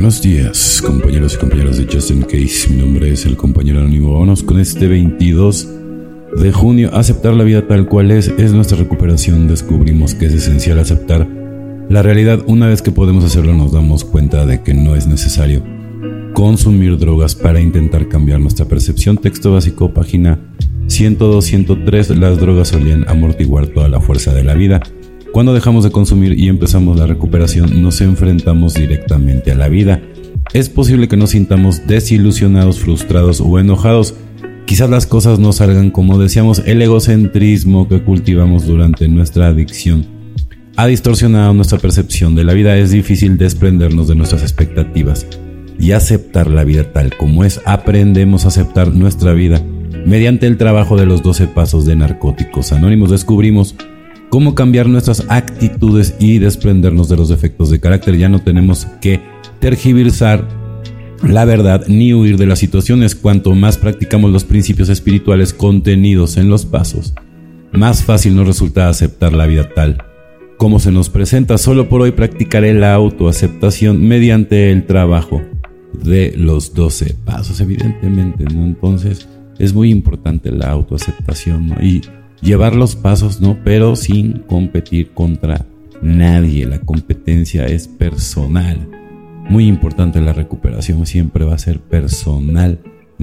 Buenos días, compañeros y compañeras de Just In Case. Mi nombre es el compañero anónimo. Vámonos con este 22 de junio. Aceptar la vida tal cual es nuestra recuperación. Descubrimos que es esencial aceptar la realidad. Una vez que podemos hacerlo, nos damos cuenta de que no es necesario consumir drogas para intentar cambiar nuestra percepción. Texto básico, página 102-103. Las drogas solían amortiguar toda la fuerza de la vida. Cuando dejamos de consumir y empezamos la recuperación, nos enfrentamos directamente a la vida. Es posible que nos sintamos desilusionados, frustrados o enojados. Quizás las cosas no salgan como deseamos. El egocentrismo que cultivamos durante nuestra adicción ha distorsionado nuestra percepción de la vida. Es difícil desprendernos de nuestras expectativas y aceptar la vida tal como es. Aprendemos a aceptar nuestra vida mediante el trabajo de los 12 pasos de Narcóticos Anónimos. Descubrimos cómo cambiar nuestras actitudes y desprendernos de los defectos de carácter. Ya no tenemos que tergiversar la verdad ni huir de las situaciones. Cuanto más practicamos los principios espirituales contenidos en los pasos, más fácil nos resulta aceptar la vida tal como se nos presenta. Solo por hoy practicaré la autoaceptación mediante el trabajo de los 12 pasos, evidentemente, ¿no? Entonces es muy importante la autoaceptación, ¿no? Y llevar los pasos, ¿no? Pero sin competir contra nadie. La competencia es personal. Muy importante la recuperación, siempre va a ser personal.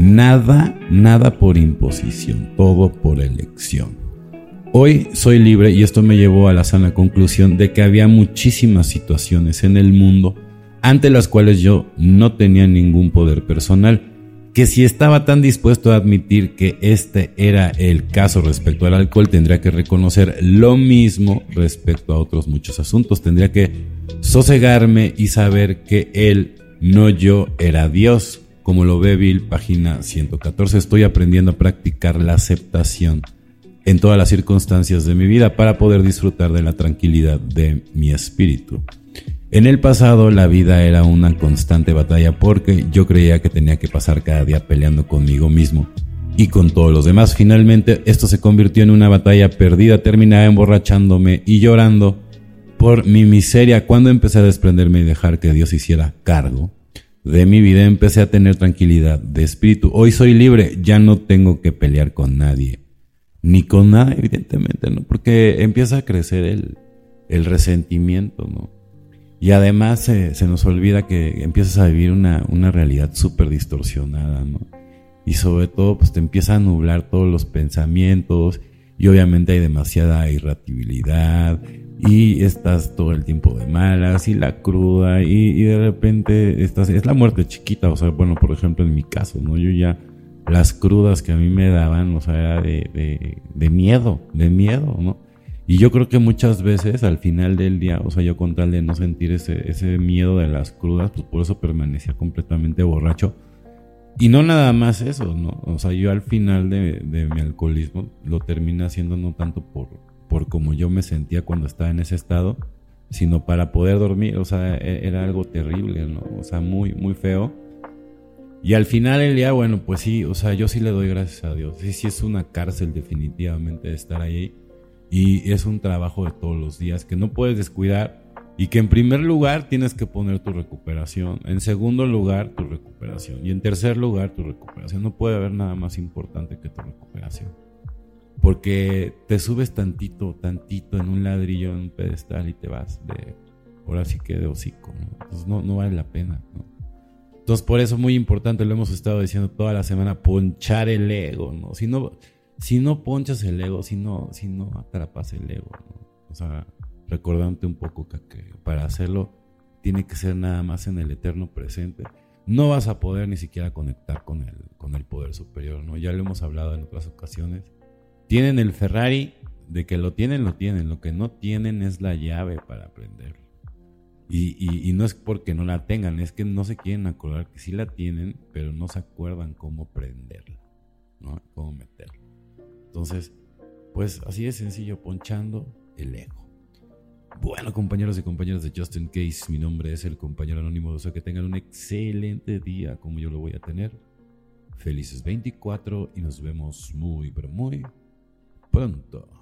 Nada por imposición, todo por elección. Hoy soy libre y esto me llevó a la sana conclusión de que había muchísimas situaciones en el mundo ante las cuales yo no tenía ningún poder personal, que si estaba tan dispuesto a admitir que este era el caso respecto al alcohol, tendría que reconocer lo mismo respecto a otros muchos asuntos. Tendría que sosegarme y saber que él, no yo, era Dios. Como lo ve Bill, página 114. Estoy aprendiendo a practicar la aceptación en todas las circunstancias de mi vida para poder disfrutar de la tranquilidad de mi espíritu. En el pasado la vida era una constante batalla porque yo creía que tenía que pasar cada día peleando conmigo mismo y con todos los demás. Finalmente esto se convirtió en una batalla perdida. Terminaba emborrachándome y llorando por mi miseria. Cuando empecé a desprenderme y dejar que Dios hiciera cargo de mi vida, empecé a tener tranquilidad de espíritu. Hoy soy libre, ya no tengo que pelear con nadie, ni con nada, evidentemente, ¿no? Porque empieza a crecer el resentimiento, ¿no? Y además se nos olvida que empiezas a vivir una realidad súper distorsionada, ¿no? Y sobre todo pues te empieza a nublar todos los pensamientos y obviamente hay demasiada irritabilidad y estás todo el tiempo de malas y la cruda y de repente es la muerte chiquita. O sea, bueno, por ejemplo en mi caso, ¿no? Yo ya las crudas que a mí me daban, o sea, era de miedo, ¿no? Y yo creo que muchas veces al final del día, o sea, yo con tal de no sentir ese miedo de las crudas, pues por eso permanecía completamente borracho. Y no nada más eso, ¿no? O sea, yo al final de mi alcoholismo lo terminé haciendo no tanto por como yo me sentía cuando estaba en ese estado, sino para poder dormir. O sea, era algo terrible, ¿no? O sea, muy, muy feo. Y al final del día, bueno, pues sí, o sea, yo sí le doy gracias a Dios. Sí es una cárcel definitivamente de estar ahí. Y es un trabajo de todos los días que no puedes descuidar y que en primer lugar tienes que poner tu recuperación, en segundo lugar tu recuperación y en tercer lugar tu recuperación. No puede haber nada más importante que tu recuperación, porque te subes tantito en un ladrillo, en un pedestal y te vas ahora sí que de hocico, ¿no? Entonces no vale la pena, ¿no? Entonces por eso muy importante, lo hemos estado diciendo toda la semana, ponchar el ego, ¿no? Si no ponchas el ego, si no atrapas el ego, ¿no? O sea, recordándote un poco que para hacerlo tiene que ser nada más en el eterno presente. No vas a poder ni siquiera conectar con el poder superior, ¿no? Ya lo hemos hablado en otras ocasiones. Tienen el Ferrari, de que lo tienen. Lo que no tienen es la llave para aprenderlo. Y no es porque no la tengan, es que no se quieren acordar que sí la tienen, pero no se acuerdan cómo prenderla, ¿no? Cómo meterla. Entonces, pues así de sencillo, ponchando el ego. Bueno, compañeros y compañeras de Just In Case, mi nombre es el compañero anónimo. Deseo que tengan un excelente día como yo lo voy a tener. Felices 24 y nos vemos muy, pero muy pronto.